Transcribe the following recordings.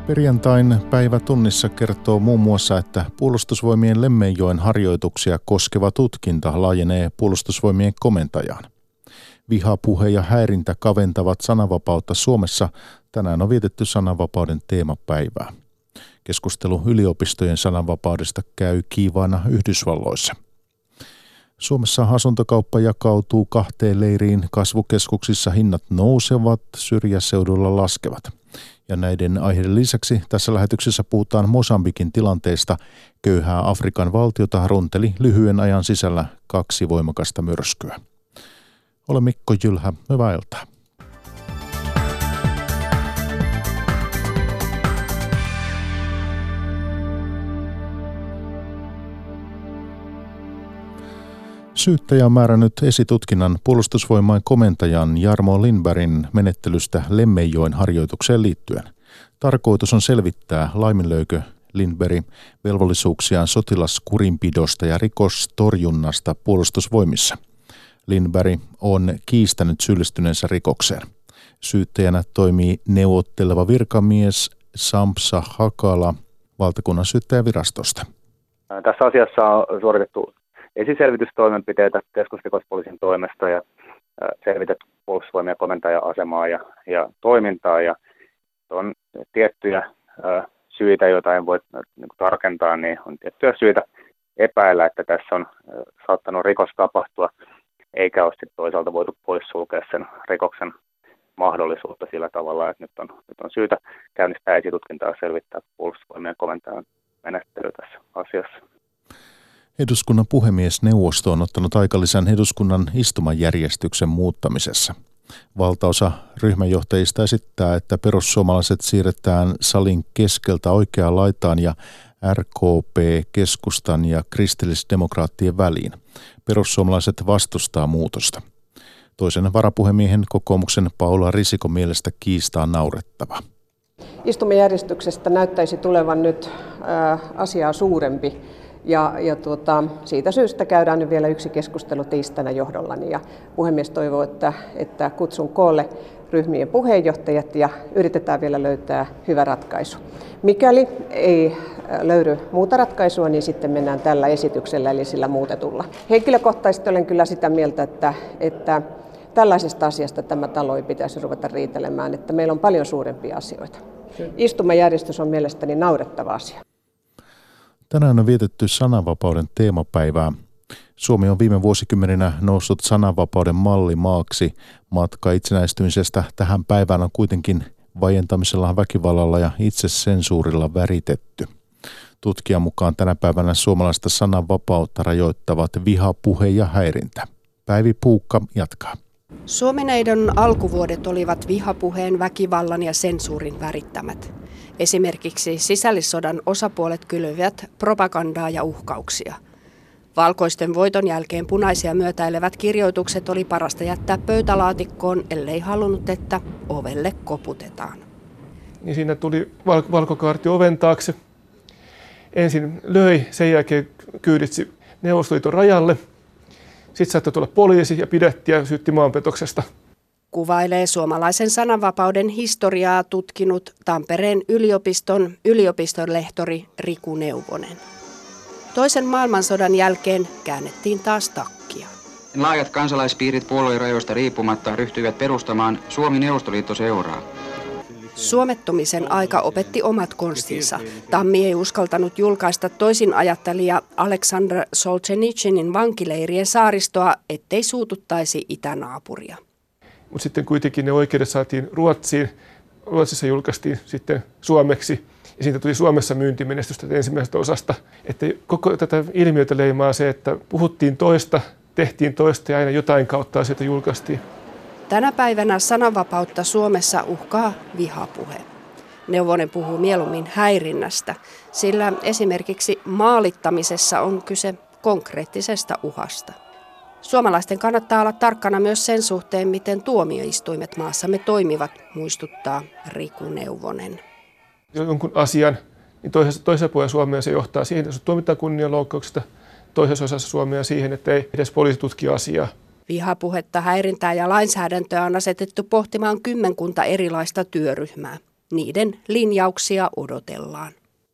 Perjantain päivä tunnissa kertoo muun muassa, että Puolustusvoimien Lemmenjoen harjoituksia koskeva tutkinta laajenee Puolustusvoimien komentajaan. Vihapuhe ja häirintä kaventavat sananvapautta Suomessa. Tänään on vietetty sananvapauden teemapäivää. Keskustelu yliopistojen sananvapaudesta käy kiivaana Yhdysvalloissa. Suomessa asuntokauppa jakautuu kahteen leiriin. Kasvukeskuksissa hinnat nousevat, syrjäseudulla laskevat. Ja näiden aiheiden lisäksi tässä lähetyksessä puhutaan Mosambikin tilanteesta. Köyhää Afrikan valtiota runteli lyhyen ajan sisällä 2 voimakasta myrskyä. Olen Mikko Jylhä, hyvää iltaa. Syyttäjä on määrännyt esitutkinnan Puolustusvoimain komentajan Jarmo Lindbergin menettelystä Lemmenjoen harjoitukseen liittyen. Tarkoitus on selvittää, laiminlöikö Lindberg velvollisuuksiaan sotilaskurinpidosta ja rikostorjunnasta Puolustusvoimissa. Lindberg on kiistänyt syyllistyneensä rikokseen. Syyttäjänä toimii neuvotteleva virkamies Sampsa Hakala valtakunnan syyttäjävirastosta. Tässä asiassa on suoritettu esiselvitystoimenpiteitä keskusrikospoliisin toimesta ja selvitetty Puolustusvoimien komentajan asemaa ja toimintaa. Ja on tiettyjä syitä, joita en voi tarkentaa, niin on tiettyjä syitä epäillä, että tässä on saattanut rikos tapahtua, eikä ole sitten toisaalta voitu poissulkea sen rikoksen mahdollisuutta sillä tavalla, että nyt on syytä käynnistää esitutkintaa ja selvittää Puolustusvoimien komentajan menettely tässä asiassa. Eduskunnan puhemiesneuvosto on ottanut aikalisän eduskunnan istumajärjestyksen muuttamisessa. Valtaosa ryhmänjohtajista esittää, että perussuomalaiset siirretään salin keskeltä oikeaan laitaan ja RKP keskustan ja kristillisdemokraattien väliin. Perussuomalaiset vastustaa muutosta. Toisen varapuhemiehen kokoomuksen Paula Risikon mielestä kiista on naurettava. Istumajärjestyksestä näyttäisi tulevan nyt asiaa suurempi. Ja siitä syystä käydään nyt vielä yksi keskustelu tiistaina johdollani ja puhemies toivoo, että kutsun koolle ryhmien puheenjohtajat ja yritetään vielä löytää hyvä ratkaisu. Mikäli ei löydy muuta ratkaisua, niin sitten mennään tällä esityksellä eli sillä muutetulla. Henkilökohtaisesti olen kyllä sitä mieltä, että tällaisesta asiasta tämä talo ei pitäisi ruveta riitelemään, että meillä on paljon suurempia asioita. Istumajärjestys on mielestäni naurettava asia. Tänään on vietetty sananvapauden teemapäivää. Suomi on viime vuosikymmeninä noussut sananvapauden mallimaaksi. Matka itsenäistymisestä tähän päivään on kuitenkin vaientamisella, väkivallalla ja itsesensuurilla väritetty. Tutkijan mukaan tänä päivänä suomalaista sananvapautta rajoittavat vihapuhe ja häirintä. Päivi Puukka jatkaa. Suomeneidon alkuvuodet olivat vihapuheen, väkivallan ja sensuurin värittämät. Esimerkiksi sisällissodan osapuolet kylvivät propagandaa ja uhkauksia. Valkoisten voiton jälkeen punaisia myötäilevät kirjoitukset oli parasta jättää pöytälaatikkoon, ellei halunnut, että ovelle koputetaan. Niin siinä tuli valkokaarti oven taakse. Ensin löi, sen jälkeen kyyditsi Neuvostoliiton rajalle. Sitten saattoi tulla poliisi ja pidätti ja syytti maanpetoksesta. Kuvailee suomalaisen sananvapauden historiaa tutkinut Tampereen yliopiston yliopistonlehtori Riku Neuvonen. Toisen maailmansodan jälkeen käännettiin taas takkia. Laajat kansalaispiirit puoluerajoista riippumatta ryhtyivät perustamaan Suomi-Neuvostoliitto-seuraa. Suomettumisen aika opetti omat konstinsa. Tammi ei uskaltanut julkaista toisinajattelija Aleksandr Solzhenitsynin vankileirien saaristoa, ettei suututtaisi itänaapuria. Mutta sitten kuitenkin ne oikeudet saatiin Ruotsiin. Ruotsissa julkaistiin sitten suomeksi ja siitä tuli Suomessa myyntimenestystä ensimmäisestä osasta. Että koko tätä ilmiötä leimaa se, että puhuttiin toista, tehtiin toista ja aina jotain kautta asioita julkaistiin. Tänä päivänä sananvapautta Suomessa uhkaa vihapuhe. Neuvonen puhuu mieluummin häirinnästä, sillä esimerkiksi maalittamisessa on kyse konkreettisesta uhasta. Suomalaisten kannattaa olla tarkkana myös sen suhteen, miten tuomioistuimet maassamme toimivat, muistuttaa Riku Neuvonen. Jonkun asian, niin toisessa puolella Suomea se johtaa siihen, että tuomitaan kunnianloukkauksesta, toisessa osassa Suomea siihen, että ei edes poliisi tutki asiaa. Vihapuhetta, häirintää ja lainsäädäntöä on asetettu pohtimaan 10 erilaista työryhmää. Niiden linjauksia odotellaan.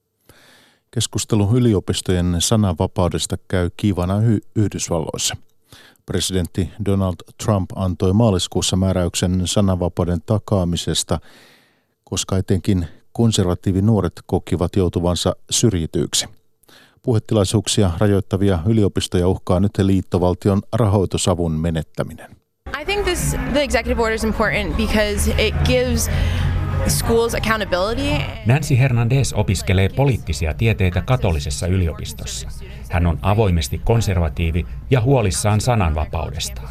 Keskustelu yliopistojen sananvapaudesta käy kiivana Yhdysvalloissa. Presidentti Donald Trump antoi maaliskuussa määräyksen sananvapauden takaamisesta, koska etenkin konservatiivinuoret kokivat joutuvansa syrjityiksi. Puhetilaisuuksia rajoittavia yliopistoja uhkaa nyt liittovaltion rahoitusavun menettäminen. I think the executive order is important because it gives schools accountability. Nancy Hernandez opiskelee poliittisia tieteitä katolisessa yliopistossa. Hän on avoimesti konservatiivi ja huolissaan sananvapaudestaan.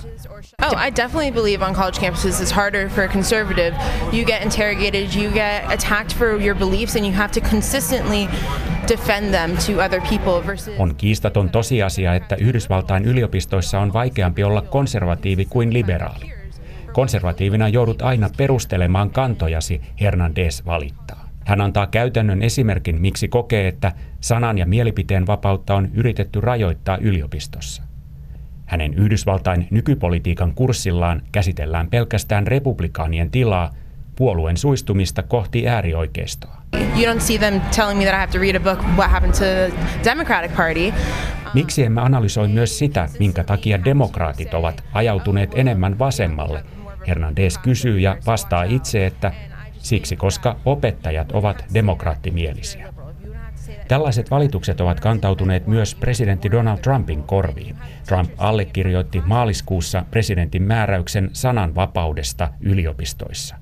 I definitely believe on college campuses it's harder for a conservative. You get interrogated, you get attacked for your beliefs and you have to consistently defend them to other people versus... On kiistaton tosiasia, että Yhdysvaltain yliopistoissa on vaikeampi olla konservatiivi kuin liberaali. Konservatiivina joudut aina perustelemaan kantojasi, Hernandez valittaa. Hän antaa käytännön esimerkin, miksi kokee, että sanan ja mielipiteen vapautta on yritetty rajoittaa yliopistossa. Hänen Yhdysvaltain nykypolitiikan kurssillaan käsitellään pelkästään republikaanien tilaa, puolueen suistumista kohti äärioikeistoa. You don't see them telling me that I have to read a book what happened to Democratic Party. Miksi emme analysoi myös sitä, minkä takia demokraatit ovat ajautuneet enemmän vasemmalle? Hernandez kysyy ja vastaa itse, että siksi, koska opettajat ovat demokraattimielisiä. Tällaiset valitukset ovat kantautuneet myös presidentti Donald Trumpin korviin. Trump allekirjoitti maaliskuussa presidentin määräyksen sananvapaudesta yliopistoissa.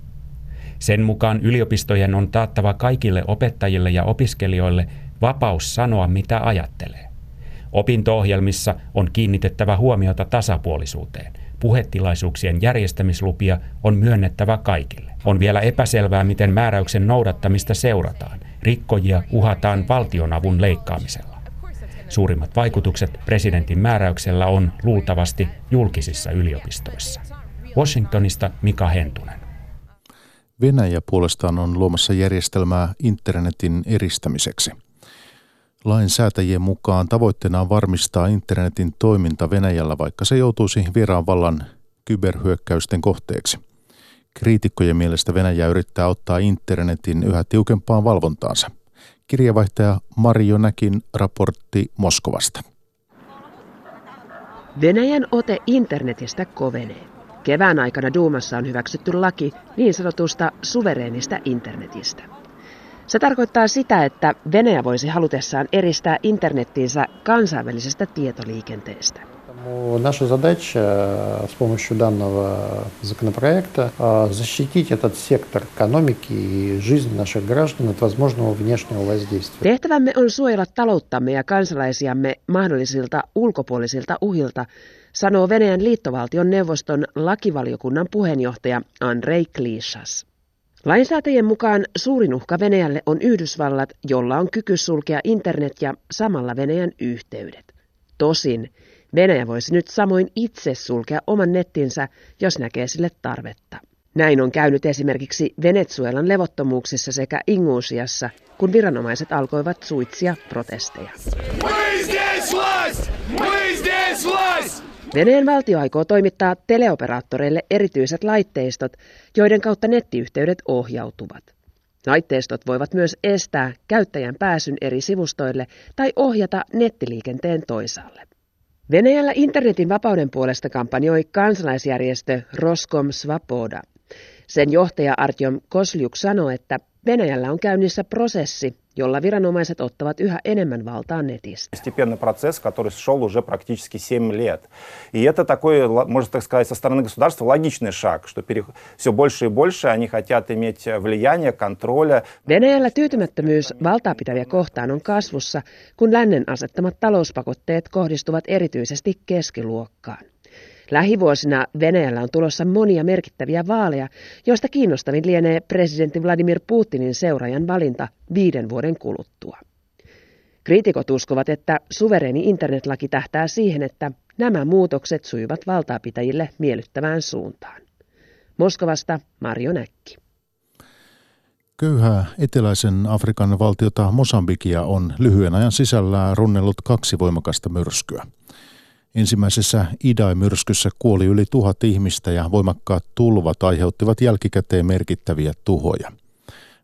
Sen mukaan yliopistojen on taattava kaikille opettajille ja opiskelijoille vapaus sanoa, mitä ajattelee. Opinto-ohjelmissa on kiinnitettävä huomiota tasapuolisuuteen. Puhetilaisuuksien järjestämislupia on myönnettävä kaikille. On vielä epäselvää, miten määräyksen noudattamista seurataan. Rikkojia uhataan valtionavun leikkaamisella. Suurimmat vaikutukset presidentin määräyksellä on luultavasti julkisissa yliopistoissa. Washingtonista Mika Hentunen. Venäjä puolestaan on luomassa järjestelmää internetin eristämiseksi. Lainsäätäjien mukaan tavoitteena on varmistaa internetin toiminta Venäjällä, vaikka se joutuisi vieraan vallan kyberhyökkäysten kohteeksi. Kriitikkojen mielestä Venäjä yrittää ottaa internetin yhä tiukempaan valvontaansa. Kirjavaihtaja Marjo Näkin raportti Moskovasta. Venäjän ote internetistä kovenee. Kevään aikana Duumassa on hyväksytty laki niin sanotusta suvereenista internetistä. Se tarkoittaa sitä, että Venäjä voisi halutessaan eristää internettinsä kansainvälisestä tietoliikenteestä. Наша задача с помощью данного законопроекта защитить этот сектор экономики и жизнь наших граждан от возможного внешнего воздействия. Tehtävämme on suojella talouttamme ja kansalaisiamme mahdollisilta ulkopuolisilta uhilta, sanoo Venäjän liittovaltion neuvoston lakivaliokunnan puheenjohtaja Andrei Klishas. Lainsäätäjien mukaan suurin uhka Venäjälle on Yhdysvallat, jolla on kyky sulkea internet ja samalla Venäjän yhteydet. Tosin Venäjä voisi nyt samoin itse sulkea oman nettinsä, jos näkee sille tarvetta. Näin on käynyt esimerkiksi Venezuelan levottomuuksissa sekä Ingusiassa, kun viranomaiset alkoivat suitsia protesteja. Venäjän valtio aikoo toimittaa teleoperaattoreille erityiset laitteistot, joiden kautta nettiyhteydet ohjautuvat. Laitteistot voivat myös estää käyttäjän pääsyn eri sivustoille tai ohjata nettiliikenteen toisaalle. Venäjällä internetin vapauden puolesta kampanjoi kansalaisjärjestö Roskom Svaboda. Sen johtaja Artyom Kozliuk sanoi, että Venäjällä on käynnissä prosessi, jolla viranomaiset ottavat yhä enemmän valtaa netistä. Постепенный процесс, который шел уже практически 7 лет. И это такой, можно так сказать, со стороны государства логичный шаг, что все больше и больше они хотят иметь влияние, контроля. Venäjällä tyytymättömyys valtaapitäviä kohtaan on kasvussa, kun lännen asettamat talouspakotteet kohdistuvat erityisesti keskiluokkaan. Lähivuosina Venäjällä on tulossa monia merkittäviä vaaleja, joista kiinnostavin lienee presidentti Vladimir Putinin seuraajan valinta 5 vuoden kuluttua. Kriitikot uskovat, että suvereeni internetlaki tähtää siihen, että nämä muutokset sujuvat valtaapitäjille miellyttävään suuntaan. Moskovasta Marjo Näkki. Köyhää eteläisen Afrikan valtiota Mosambikia on lyhyen ajan sisällä runnellut 2 voimakasta myrskyä. Ensimmäisessä Idai-myrskyssä kuoli yli 1000 ihmistä ja voimakkaat tulvat aiheuttivat jälkikäteen merkittäviä tuhoja.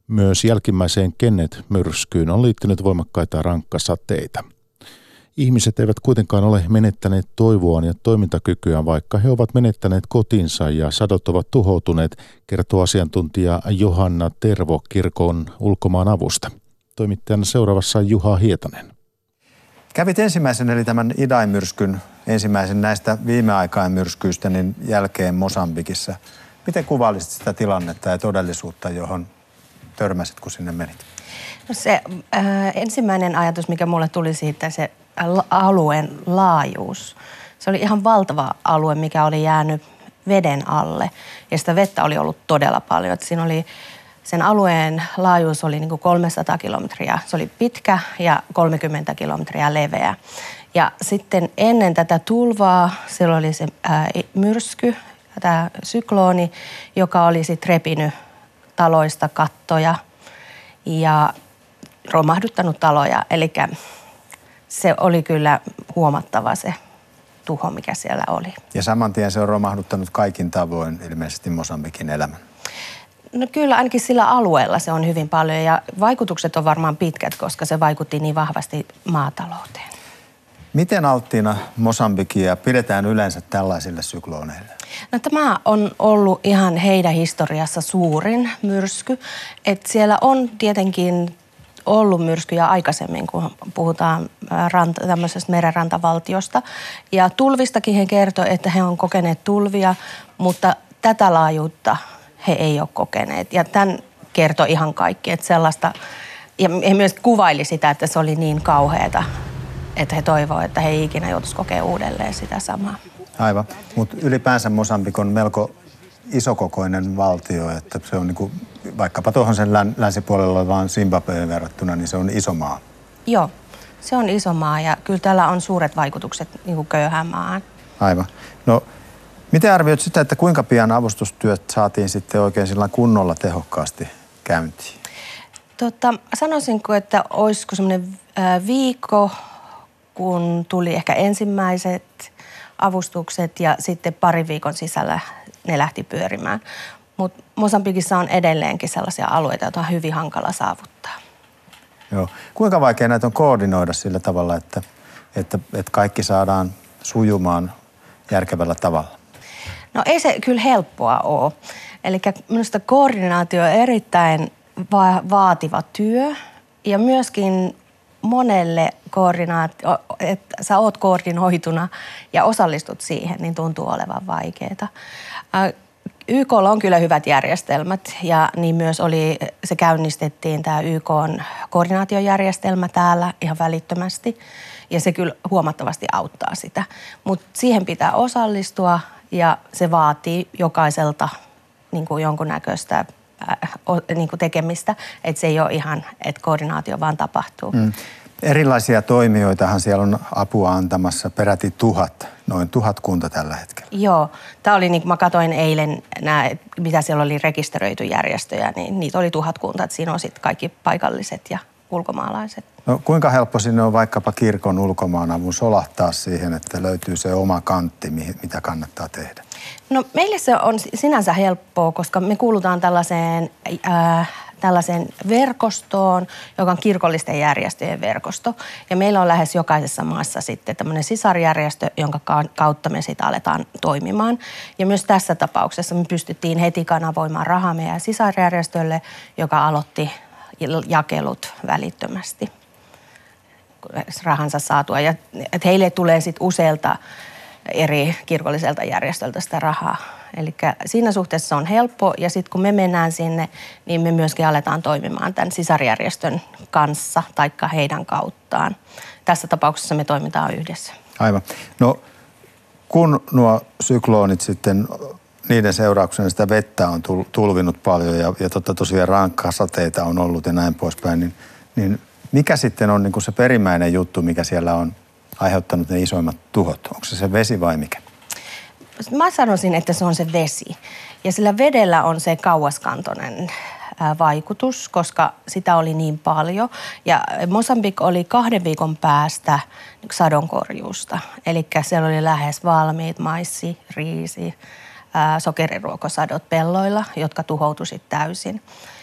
Myös jälkimmäiseen Kenneth-myrskyyn on liittynyt voimakkaita rankkasateita. Ihmiset eivät kuitenkaan ole menettäneet toivoaan ja toimintakykyään, vaikka he ovat menettäneet kotinsa ja sadot ovat tuhoutuneet, kertoo asiantuntija Johanna Tervo kirkon ulkomaan avusta. Toimittajana seuraavassa Juha Hietanen. Kävit ensimmäisen, eli tämän Idai-myrskyn, ensimmäisen näistä viime aikain myrskyistä niin jälkeen Mosambikissa. Miten kuvailisit sitä tilannetta ja todellisuutta, johon törmäsit, kun sinne menit? No se ensimmäinen ajatus, mikä mulle tuli siitä, se alueen laajuus. Se oli ihan valtava alue, mikä oli jäänyt veden alle ja sitä vettä oli ollut todella paljon. Siinä oli, sen alueen laajuus oli niin kuin 300 kilometriä. Se oli pitkä ja 30 kilometriä leveä. Ja sitten ennen tätä tulvaa siellä oli se myrsky, tämä syklooni, joka oli sitten repinyt taloista kattoja ja romahduttanut taloja. Eli se oli kyllä huomattava se tuho, mikä siellä oli. Ja saman tien se on romahduttanut kaikin tavoin ilmeisesti Mosambikin elämän. No kyllä, ainakin sillä alueella se on hyvin paljon ja vaikutukset on varmaan pitkät, koska se vaikutti niin vahvasti maatalouteen. Miten alttiina Mosambikia pidetään yleensä tällaisille syklooneille? No tämä on ollut ihan heidän historiassa suurin myrsky. Että siellä on tietenkin ollut myrskyjä aikaisemmin, kun puhutaan tämmöisestä merenrantavaltiosta. Ja tulvistakin he kertoi, että he on kokeneet tulvia, mutta tätä laajuutta he ei ole kokeneet. Ja tämän kertoi ihan kaikki, että sellaista, ja he myös kuvaili sitä, että se oli niin kauheata, että he toivovat, että he ei ikinä joutuisi kokea uudelleen sitä samaa. Aivan, mutta ylipäänsä Mosambik on melko isokokoinen valtio, että se on niinku, vaikkapa tuohon sen länsipuolella olevaan Zimbabween verrattuna, niin se on iso maa. Joo, se on iso maa ja kyllä tällä on suuret vaikutukset niinku köyhään maahan. Aivan. No, miten arvioit sitä, että kuinka pian avustustyöt saatiin sitten oikein sillä kunnolla tehokkaasti käyntiin? Sanoisinko, että olisiko semmoinen viikko, kun tuli ehkä ensimmäiset avustukset ja sitten pari viikon sisällä ne lähti pyörimään. Mutta Mosambikissa on edelleenkin sellaisia alueita, joita on hyvin hankala saavuttaa. Joo. Kuinka vaikea näitä on koordinoida sillä tavalla, että kaikki saadaan sujumaan järkevällä tavalla? No ei se kyllä helppoa ole. Eli minusta koordinaatio on erittäin vaativa työ ja myöskin monelle että sä oot koordinoituna ja osallistut siihen, niin tuntuu olevan vaikeaa. YK:lla on kyllä hyvät järjestelmät ja niin myös se käynnistettiin tämä YK:n koordinaatiojärjestelmä täällä ihan välittömästi ja se kyllä huomattavasti auttaa sitä. Mutta siihen pitää osallistua ja se vaatii jokaiselta niin kuin jonkunnäköistä niin kuin tekemistä, että se ei ole ihan, että koordinaatio vaan tapahtuu. Erilaisia toimijoitahan siellä on apua antamassa peräti noin 1000 kunta tällä hetkellä. Joo, tämä oli niin kuin mä katsoin eilen, mitä siellä oli rekisteröity järjestöjä, niin niitä oli 1000 kuntaa, että siinä on sitten kaikki paikalliset ja ulkomaalaiset. No kuinka helppo sinne on vaikkapa kirkon ulkomaanavun solahtaa siihen, että löytyy se oma kantti, mitä kannattaa tehdä? No meille se on sinänsä helppoa, koska me kuulutaan tällaiseen verkostoon, joka on kirkollisten järjestöjen verkosto. Ja meillä on lähes jokaisessa maassa sitten tämmöinen sisarjärjestö, jonka kautta me sitä aletaan toimimaan. Ja myös tässä tapauksessa me pystyttiin heti kanavoimaan rahaa meidän sisarjärjestölle, joka aloitti jakelut välittömästi rahansa saatua. Ja että heille tulee sitten useilta eri kirkolliselta järjestöltä sitä rahaa. Eli siinä suhteessa on helppo ja sitten kun me mennään sinne, niin me myöskin aletaan toimimaan tämän sisarjärjestön kanssa taikka heidän kauttaan. Tässä tapauksessa me toimitaan yhdessä. Aivan. No kun nuo sykloonit sitten, niiden seurauksena sitä vettä on tulvinut paljon ja tosiaan rankkaa sateita on ollut ja näin poispäin, niin mikä sitten on niin kuin se perimmäinen juttu, mikä siellä on aiheuttanut ne isoimmat tuhot? Onko se vesi vai mikä? Mä sanoisin, että se on se vesi. Ja sillä vedellä on se kauaskantoinen vaikutus, koska sitä oli niin paljon. Ja Mosambik oli 2 viikon päästä sadonkorjuusta. Eli siellä oli lähes valmiit maissi, riisi, sokeriruokosadot pelloilla, jotka tuhoutuivat täysin.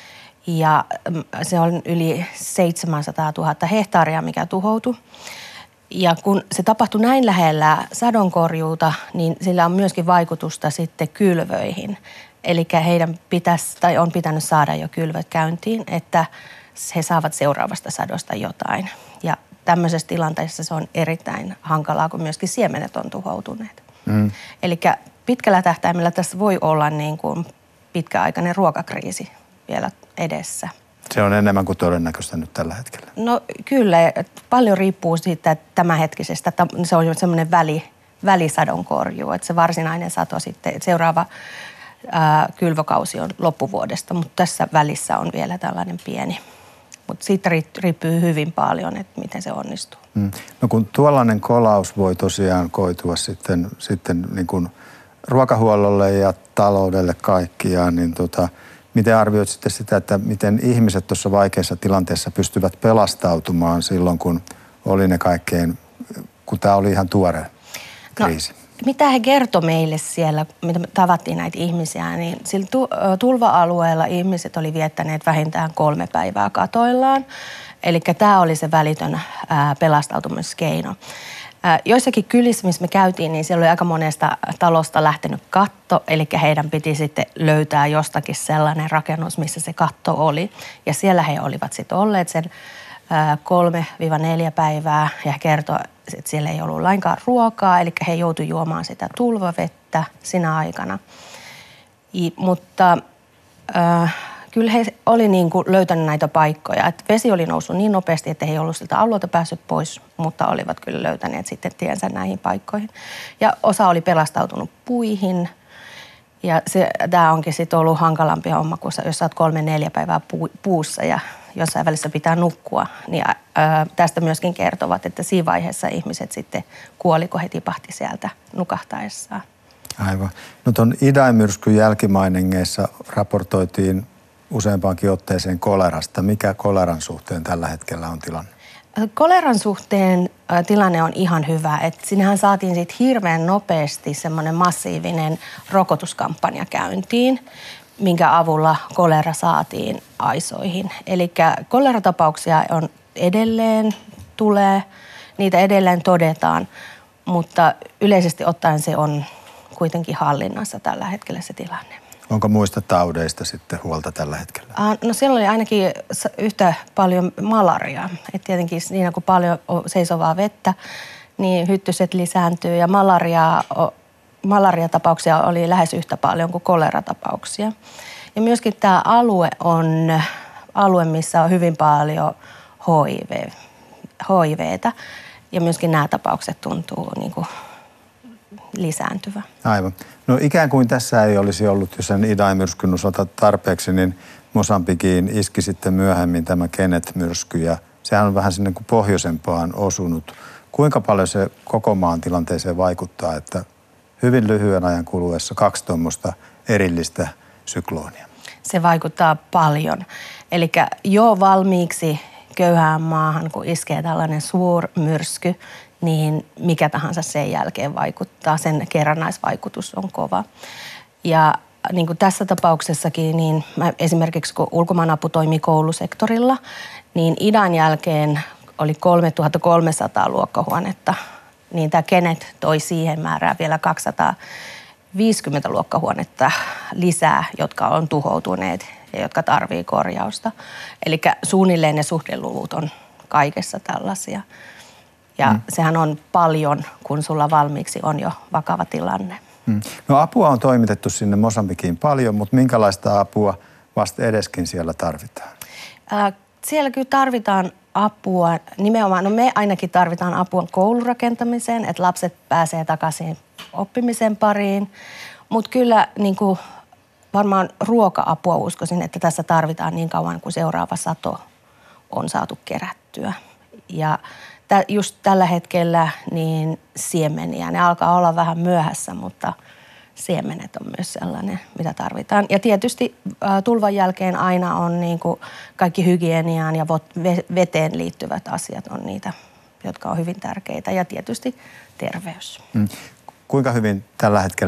Ja se on yli 700 000 hehtaaria, mikä tuhoutui. Ja kun se tapahtui näin lähellä sadonkorjuuta, niin sillä on myöskin vaikutusta sitten kylvöihin. Eli heidän on pitänyt saada jo kylvöt käyntiin, että he saavat seuraavasta sadosta jotain. Ja tämmöisessä tilanteessa se on erittäin hankalaa, kun myöskin siemenet on tuhoutuneet. Eli pitkällä tähtäimellä tässä voi olla niin kuin pitkäaikainen ruokakriisi vielä edessä. Se on enemmän kuin todennäköistä nyt tällä hetkellä. No kyllä, paljon riippuu siitä tämänhetkisestä. Se on semmoinen välisadonkorjuu, että se varsinainen sato sitten, seuraava kylvökausi on loppuvuodesta, mutta tässä välissä on vielä tällainen pieni. Mutta siitä riippuu hyvin paljon, että miten se onnistuu. No kun tuollainen kolaus voi tosiaan koitua sitten niin kuin ruokahuollolle ja taloudelle kaikkiaan, niin miten arvioit sitten sitä, että miten ihmiset tuossa vaikeassa tilanteessa pystyvät pelastautumaan silloin, kun oli ne kun tämä oli ihan tuore kriisi? No, mitä he kertoi meille siellä, mitä me tavattiin näitä ihmisiä, niin sillä tulva-alueella ihmiset oli viettäneet vähintään 3 päivää katoillaan. Eli tämä oli se välitön pelastautumiskeino. Joissakin kylissä, missä me käytiin, niin siellä oli aika monesta talosta lähtenyt katto, eli heidän piti sitten löytää jostakin sellainen rakennus, missä se katto oli. Ja siellä he olivat sitten olleet sen 3-4 päivää ja he kertoi, että siellä ei ollut lainkaan ruokaa, eli he joutuivat juomaan sitä tulvavettä sinä aikana. Mutta kyllä he oli niin kuin löytänyt näitä paikkoja. Et vesi oli noussut niin nopeasti, että he ei ollut siltä alueelta päässyt pois, mutta olivat kyllä löytäneet sitten tiensä näihin paikkoihin. Ja osa oli pelastautunut puihin. Ja tämä onkin sitten ollut hankalampi homma, kun jos sä oot 3-4 päivää puussa ja jossain välissä pitää nukkua. Niin tästä myöskin kertovat, että siinä vaiheessa ihmiset sitten kuoli, kun he tipahti sieltä nukahtaessaan. Aivan. No tuon Idai-myrskyn jälkimainingeissa raportoitiin useampaankin otteeseen kolerasta. Mikä koleran suhteen tällä hetkellä on tilanne? Koleran suhteen tilanne on ihan hyvä. Sinnehän saatiin siitä hirveän nopeasti semmoinen massiivinen rokotuskampanja käyntiin, minkä avulla kolera saatiin aisoihin. Eli koleratapauksia on niitä edelleen todetaan, mutta yleisesti ottaen se on kuitenkin hallinnassa tällä hetkellä se tilanne. Onko muista taudeista sitten huolta tällä hetkellä? No siellä oli ainakin yhtä paljon malariaa. Et tietenkin siinä kun paljon seisovaa vettä, niin hyttyset lisääntyy ja malariatapauksia oli lähes yhtä paljon kuin koleratapauksia. Ja myöskin tämä alue on alue, missä on hyvin paljon HIV:tä ja myöskin nämä tapaukset tuntuu niin kuin lisääntyvä. Aivan. No ikään kuin tässä ei olisi ollut jo sen Idai-myrskyn osalta tarpeeksi, niin Mosambikiin iski sitten myöhemmin tämä Kenneth-myrsky ja sehän on vähän sinne kuin pohjoisempaan osunut. Kuinka paljon se koko maan tilanteeseen vaikuttaa, että hyvin lyhyen ajan kuluessa 2 tuommoista erillistä sykloonia? Se vaikuttaa paljon. Eli jo valmiiksi köyhään maahan, kun iskee tällainen suurmyrsky, niin mikä tahansa sen jälkeen vaikuttaa. Sen kerrannaisvaikutus on kova. Ja niin kuin tässä tapauksessakin, niin esimerkiksi kun ulkomaanapu toimii koulusektorilla, niin Idan jälkeen oli 3300 luokkahuonetta, niin tämä Kenneth toi siihen määrään vielä 250 luokkahuonetta lisää, jotka on tuhoutuneet ja jotka tarvii korjausta. Eli suunnilleen ne suhdeluvut on kaikessa tällaisia. Ja sehän on paljon, kun sulla valmiiksi on jo vakava tilanne. No apua on toimitettu sinne Mosambikiin paljon, mutta minkälaista apua vasta edeskin siellä tarvitaan? Siellä kyllä tarvitaan apua. Nimenomaan, no me ainakin tarvitaan apua koulurakentamiseen, että lapset pääsee takaisin oppimisen pariin. Mutta kyllä niin kuin varmaan ruoka-apua uskoisin, että tässä tarvitaan niin kauan, kuin seuraava sato on saatu kerättyä. Ja just tällä hetkellä niin siemeniä, ne alkaa olla vähän myöhässä, mutta siemenet on myös sellainen, mitä tarvitaan. Ja tietysti tulvan jälkeen aina on niin kuin kaikki hygieniaan ja veteen liittyvät asiat on niitä, jotka on hyvin tärkeitä. Ja tietysti terveys. Kuinka hyvin tällä hetkellä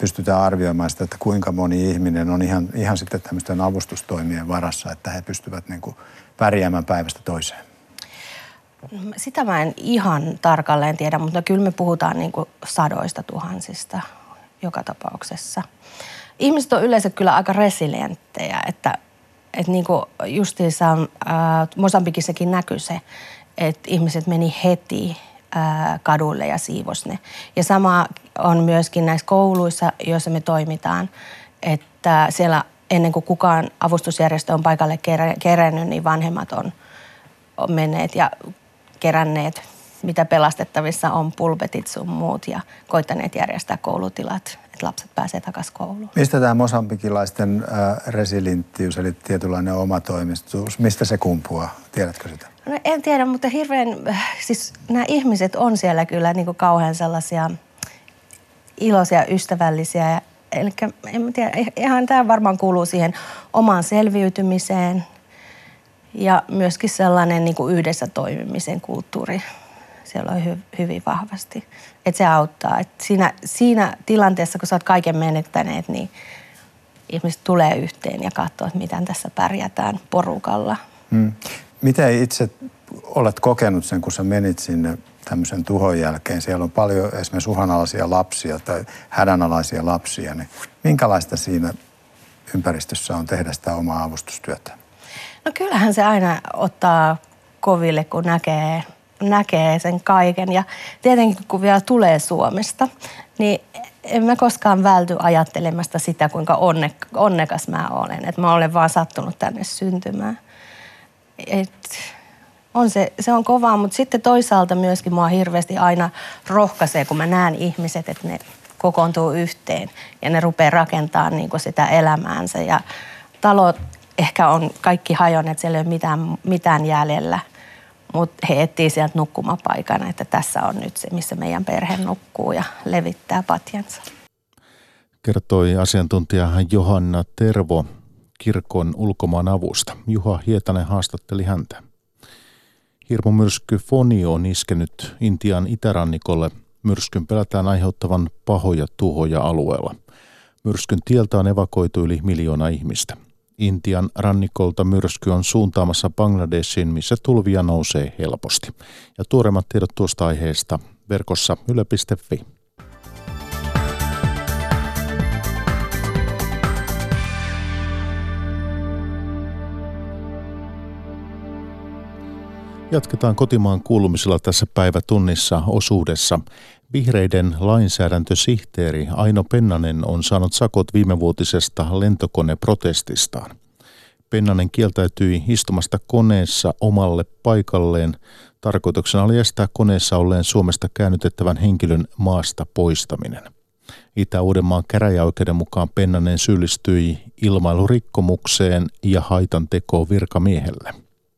pystytään arvioimaan sitä, että kuinka moni ihminen on ihan sitten tämmöisten avustustoimien varassa, että he pystyvät niin kuin pärjäämään päivästä toiseen. Sitä mä en ihan tarkalleen tiedä, mutta kyllä me puhutaan niin kuin sadoista tuhansista joka tapauksessa. Ihmiset on yleensä kyllä aika resilienttejä, että niin kuin justiinsa Mosambikissakin näkyi se, että ihmiset meni heti kaduille ja siivos ne. Ja sama on myöskin näissä kouluissa, joissa me toimitaan, että siellä ennen kuin kukaan avustusjärjestö on paikalle kerännyt, niin vanhemmat on menneet ja keränneet, mitä pelastettavissa on, pulpetit sun muut ja koittaneet järjestää koulutilat, että lapset pääsee takaisin kouluun. Mistä tämä mosambikilaisten resilienttiys, eli tietynlainen omatoimisuus, mistä se kumpuaa? Tiedätkö sitä? No en tiedä, mutta siis nämä ihmiset on siellä kyllä niin kuin kauhean sellaisia iloisia, ystävällisiä. Eli en tiedä, ihan tämä varmaan kuuluu siihen omaan selviytymiseen ja myöskin sellainen niin kuin yhdessä toimimisen kulttuuri. Siellä on hyvin vahvasti. Että se auttaa. Että siinä tilanteessa, kun sä oot kaiken menettäneet, niin ihmiset tulee yhteen ja katsoo, että miten tässä pärjätään porukalla. Miten itse olet kokenut sen, kun sä menit sinne tämmöisen tuhon jälkeen? Siellä on paljon esimerkiksi uhanalaisia lapsia tai hädänalaisia lapsia. Niin minkälaista siinä ympäristössä on tehdä sitä omaa avustustyötä? No kyllähän se aina ottaa koville, kun näkee sen kaiken. Ja tietenkin, kun vielä tulee Suomesta, niin en mä koskaan välty ajattelemasta sitä, kuinka onnekas mä olen. Että mä olen vaan sattunut tänne syntymään. Se on kovaa, mutta sitten toisaalta myöskin mua hirveästi aina rohkaisee, kun mä näen ihmiset, että ne kokoontuu yhteen ja ne rupeaa rakentamaan niin kuin sitä elämäänsä. Ja talot ehkä on kaikki hajonneet, siellä ei ole mitään jäljellä, mutta he etsii sieltä nukkumapaikan, että tässä on nyt se, missä meidän perhe nukkuu ja levittää patjansa. Kertoi asiantuntija Johanna Tervo kirkon ulkomaan avusta. Juha Hietanen haastatteli häntä. Hirmumyrsky Foni on iskenyt Intian itärannikolle. Myrskyn pelätään aiheuttavan pahoja tuhoja alueella. Myrskyn tieltä on evakuoitu yli 1 miljoonaa ihmistä. Intian rannikolta myrsky on suuntaamassa Bangladeshiin, missä tulvia nousee helposti. Ja tuoreimmat tiedot tuosta aiheesta verkossa yle.fi. Jatketaan kotimaan kuulumisilla tässä päivätunnissa osuudessa. Vihreiden lainsäädäntösihteeri Aino Pennanen on saanut sakot viimevuotisesta lentokoneprotestistaan. Pennanen kieltäytyi istumasta koneessa omalle paikalleen. Tarkoituksena oli estää koneessa olleen Suomesta käännytettävän henkilön maasta poistaminen. Itä-Uudenmaan käräjäoikeuden mukaan Pennanen syyllistyi ilmailurikkomukseen ja haitantekoon virkamiehelle.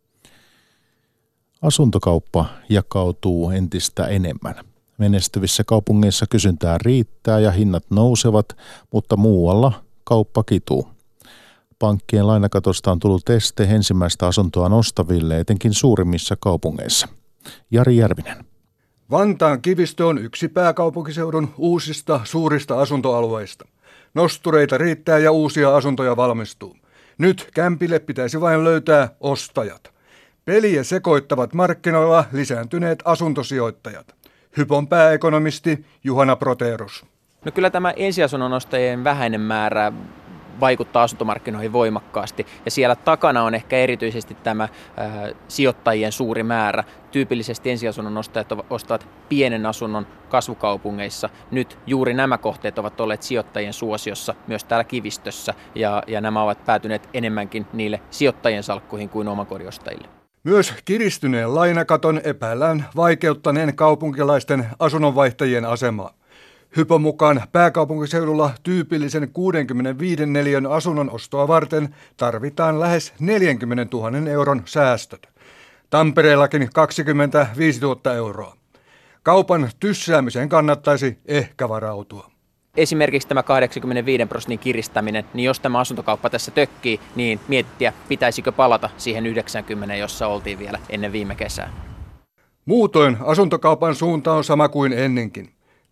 Asuntokauppa jakautuu entistä enemmän. Menestyvissä kaupungeissa kysyntää riittää ja hinnat nousevat, mutta muualla kauppa kituu. Pankkien lainakatosta on tullut este ensimmäistä asuntoa nostaville, etenkin suurimmissa kaupungeissa. Jari Järvinen. Vantaan Kivistö on yksi pääkaupunkiseudun uusista suurista asuntoalueista. Nostureita riittää ja uusia asuntoja valmistuu. Nyt kämpille pitäisi vain löytää ostajat. Peliä sekoittavat markkinoilla lisääntyneet asuntosijoittajat. Hypon pääekonomisti Juhana Proterus. No kyllä tämä ensiasunnon ostajien vähäinen määrä vaikuttaa asuntomarkkinoihin voimakkaasti. Ja siellä takana on ehkä erityisesti tämä sijoittajien suuri määrä. Tyypillisesti ensiasunnon ostajat ostavat pienen asunnon kasvukaupungeissa. Nyt juuri nämä kohteet ovat olleet sijoittajien suosiossa myös täällä Kivistössä. Ja nämä ovat päätyneet enemmänkin niille sijoittajien salkkuihin kuin omakodin-ostajille. Myös kiristyneen lainakaton epäillään vaikeuttaneen kaupunkilaisten asunnonvaihtajien asemaa. Hypon mukaan pääkaupunkiseudulla tyypillisen 65 neliön asunnon ostoa varten tarvitaan lähes 40 000 euron säästöt. Tampereellakin 25 000 euroa. Kaupan tyssäämiseen kannattaisi ehkä varautua. Esimerkiksi tämä 85% kiristäminen, niin jos tämä asuntokauppa tässä tökkii, niin miettiä, pitäisikö palata siihen 90, jossa oltiin vielä ennen viime kesää. Muutoin asuntokaupan suunta on sama kuin ennenkin.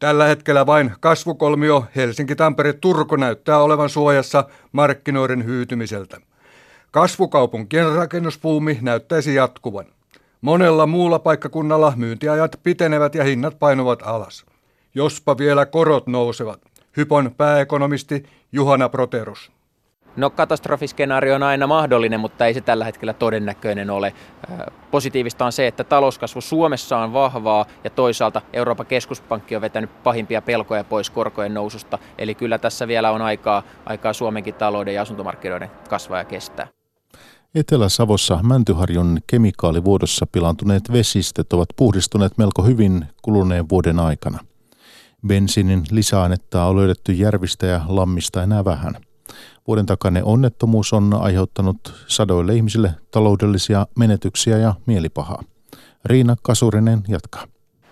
Tällä hetkellä vain kasvukolmio Helsinki-Tampere-Turku näyttää olevan suojassa markkinoiden hyytymiseltä. Kasvukaupunkien rakennusbuumi näyttäisi jatkuvan. Monella muulla paikkakunnalla myyntiajat pitenevät ja hinnat painuvat alas. Jospa vielä korot nousevat. Hypon pääekonomisti Juhana Proterus. No katastrofiskenaario on aina mahdollinen, mutta ei se tällä hetkellä todennäköinen ole. Positiivista on se, että talouskasvu Suomessa on vahvaa ja toisaalta Euroopan keskuspankki on vetänyt pahimpia pelkoja pois korkojen noususta. Eli kyllä tässä vielä on aikaa Suomenkin talouden ja asuntomarkkinoiden kasvaa ja kestää. Etelä-Savossa Mäntyharjun kemikaalivuodossa pilaantuneet vesistöt ovat puhdistuneet melko hyvin kuluneen vuoden aikana. Bensiinin lisäainetta on löydetty järvistä ja lammista enää vähän. Vuoden takainen onnettomuus on aiheuttanut sadoille ihmisille taloudellisia menetyksiä ja mielipahaa. Riina Kasurinen jatkaa.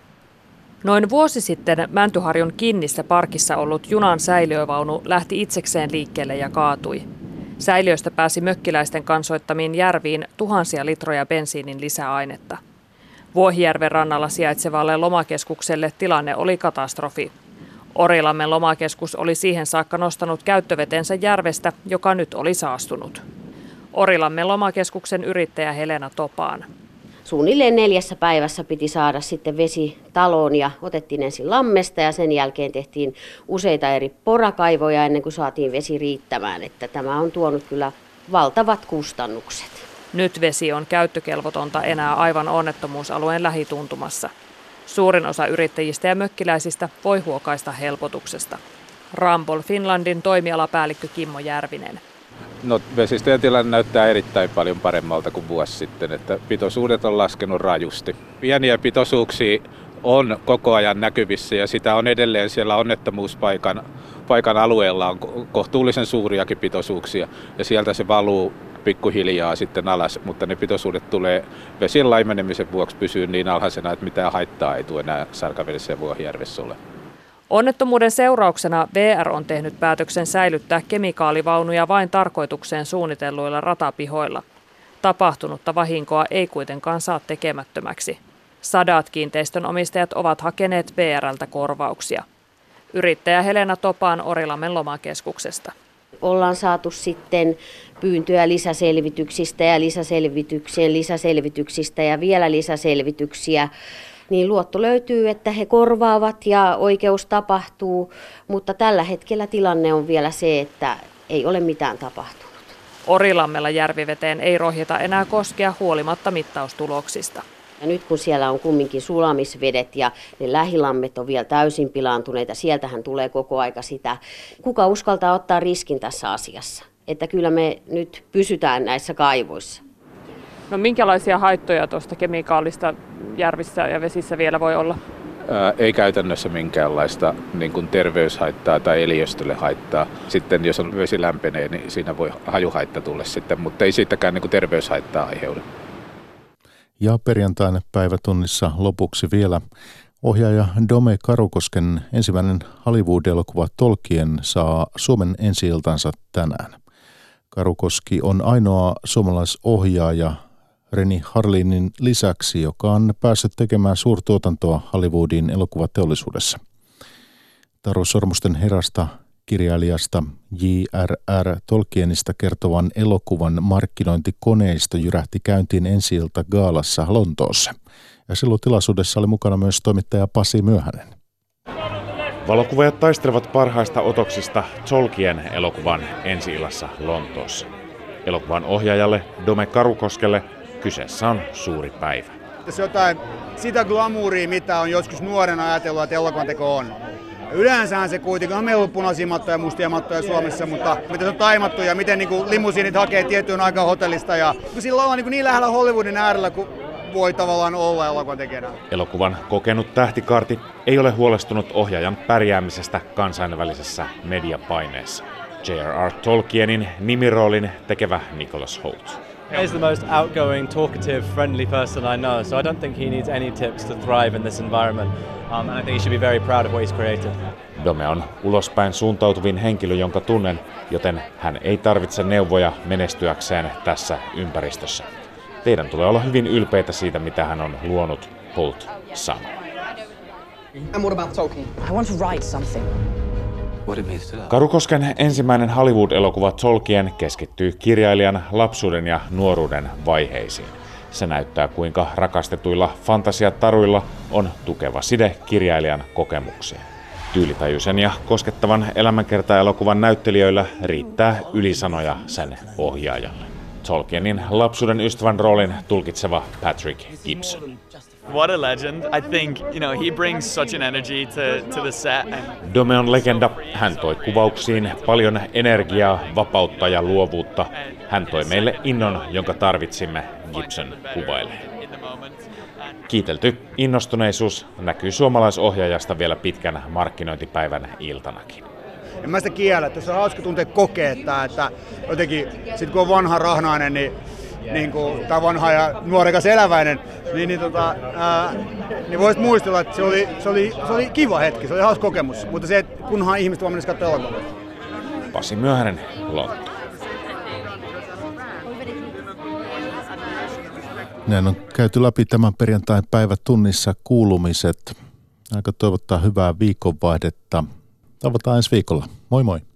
Noin vuosi sitten Mäntyharjun Kinnissä parkissa ollut junan säiliövaunu lähti itsekseen liikkeelle ja kaatui. Säiliöstä pääsi mökkiläisten kansoittamiin järviin tuhansia litroja bensiinin lisäainetta. Vuohijärven rannalla sijaitsevalle lomakeskukselle tilanne oli katastrofi. Orilammen lomakeskus oli siihen saakka nostanut käyttövetensä järvestä, joka nyt oli saastunut. Orilammen lomakeskuksen yrittäjä Helena Topaan. Suunnilleen 4 päivässä piti saada sitten vesi taloon ja otettiin ensin lammesta ja sen jälkeen tehtiin useita eri porakaivoja ennen kuin saatiin vesi riittämään. Että tämä on tuonut kyllä valtavat kustannukset. Nyt vesi on käyttökelvotonta enää aivan onnettomuusalueen lähituntumassa. Suurin osa yrittäjistä ja mökkiläisistä voi huokaista helpotuksesta. Ramboll Finlandin toimialapäällikkö Kimmo Järvinen. No, vesistöjen tilanne näyttää erittäin paljon paremmalta kuin vuosi sitten, että pitoisuudet on laskenut rajusti. Pieniä pitoisuuksia on koko ajan näkyvissä ja sitä on edelleen siellä onnettomuuspaikan alueella on kohtuullisen suuriakin pitoisuuksia ja sieltä se valuu pikkuhiljaa sitten alas, mutta ne pitoisuudet tulee vesien laimenemisen vuoksi pysyä niin alhaisena, että mitään haittaa ei tule enää Sarkavedessä ja Vuohijärvessä ole. Onnettomuuden seurauksena VR on tehnyt päätöksen säilyttää kemikaalivaunuja vain tarkoitukseen suunnitelluilla ratapihoilla. Tapahtunutta vahinkoa ei kuitenkaan saa tekemättömäksi. Sadat kiinteistönomistajat ovat hakeneet VR:ltä korvauksia. Yrittäjä Helena Topaan Orilammen lomakeskuksesta. Ollaan saatu sitten pyyntöjä lisäselvityksistä ja lisäselvityksien lisäselvityksistä ja vielä lisäselvityksiä. Niin luotto löytyy, että he korvaavat ja oikeus tapahtuu, mutta tällä hetkellä tilanne on vielä se, että ei ole mitään tapahtunut. Orilammella järviveteen ei rohjeta enää koskea huolimatta mittaustuloksista. Ja nyt kun siellä on kumminkin sulamisvedet ja ne lähilammet on vielä täysin pilaantuneita, sieltähän tulee koko aika sitä. Kuka uskaltaa ottaa riskin tässä asiassa? Että kyllä me nyt pysytään näissä kaivoissa. No minkälaisia haittoja tuosta kemikaalista järvissä ja vesissä vielä voi olla? Ei käytännössä minkäänlaista niin kuin terveyshaittaa tai eliöstölle haittaa. Sitten jos on vesi lämpenee, niin siinä voi hajuhaitta tulla sitten, mutta ei siitäkään niin kuin terveyshaittaa aiheudu. Ja perjantaina päivätunnissa lopuksi vielä ohjaaja Dome Karukosken ensimmäinen Hollywood-elokuva Tolkien saa Suomen ensi-iltansa tänään. Karukoski on ainoa suomalaisohjaaja Renny Harlinin lisäksi, joka on päässyt tekemään suurtuotantoa Hollywoodin elokuvateollisuudessa. Taru Sormusten herrasta kirjailijasta J.R.R. Tolkienista kertovan elokuvan markkinointikoneisto jyrähti käyntiin ensi-ilta gaalassa Lontoossa. Ja silloin tilaisuudessa oli mukana myös toimittaja Pasi Myöhänen. Valokuvaajat taistelevat parhaista otoksista Tolkien elokuvan ensi-illassa Lontoossa. Elokuvan ohjaajalle Dome Karukoskelle kyseessä on suuri päivä. Se jotain sitä glamouria, mitä on joskus nuorena ajatellut, että elokuvanteko on. Yleensähän se kuitenkin on meillä punaisia mattoja ja mustia mattoja Suomessa, mutta miten se on taimattu ja miten niin limusiinit hakee tiettyyn aikaan hotellista. Ja sillä on niin lähellä Hollywoodin äärellä, kun voi tavallaan olla elokuvan tekijänä. Elokuvan kokenut tähtikaarti ei ole huolestunut ohjaajan pärjäämisestä kansainvälisessä mediapaineessa. J.R.R. Tolkienin nimiroolin tekevä Nicholas Hoult. He's the most outgoing, talkative, friendly person I know, so I don't think he needs any tips to thrive in this environment. And I think he should be very proud of what he's created. Dome on ulospäin suuntautuvin henkilö, jonka tunnen, joten hän ei tarvitse neuvoja menestyäkseen tässä ympäristössä. Teidän tulee olla hyvin ylpeitä siitä, mitä hän on luonut, Hoult sanoi. And what about Tolkien? I want to write something. Karukosken ensimmäinen Hollywood-elokuva Tolkien keskittyy kirjailijan lapsuuden ja nuoruuden vaiheisiin. Se näyttää, kuinka rakastetuilla fantasiataruilla on tukeva side kirjailijan kokemuksiin. Tyylitajuisen ja koskettavan elämänkerta-elokuvan näyttelijöillä riittää ylisanoja sen ohjaajalle. Tolkienin lapsuuden ystävän roolin tulkitseva Patrick Gibson. What a legend. I think, he brings such an energy to the set. Dome on legenda. Hän toi kuvauksiin paljon energiaa, vapautta ja luovuutta. Hän toi meille innon, jonka tarvitsimme, Gibson kuvailee. Kiitelty innostuneisuus näkyy suomalaisohjaajasta vielä pitkän markkinointipäivän iltanakin. En mä sitä kiellä, että se on hauska tuntea kokeetta, että jotenkin sit kun on vanha rahnainen, tai vanha ja nuorekas eläväinen, niin voisit muistella, että se oli kiva hetki, se oli hauska kokemus, mutta se, että kunhan ihmiset vaan menisi katsoa elokuvaa. Pasi Myöhänen, Lontoo. Näin on käyty läpi tämän perjantain päivätunnissa kuulumiset. Aika toivottaa hyvää viikonvaihdetta. Tavataan ensi viikolla. Moi moi!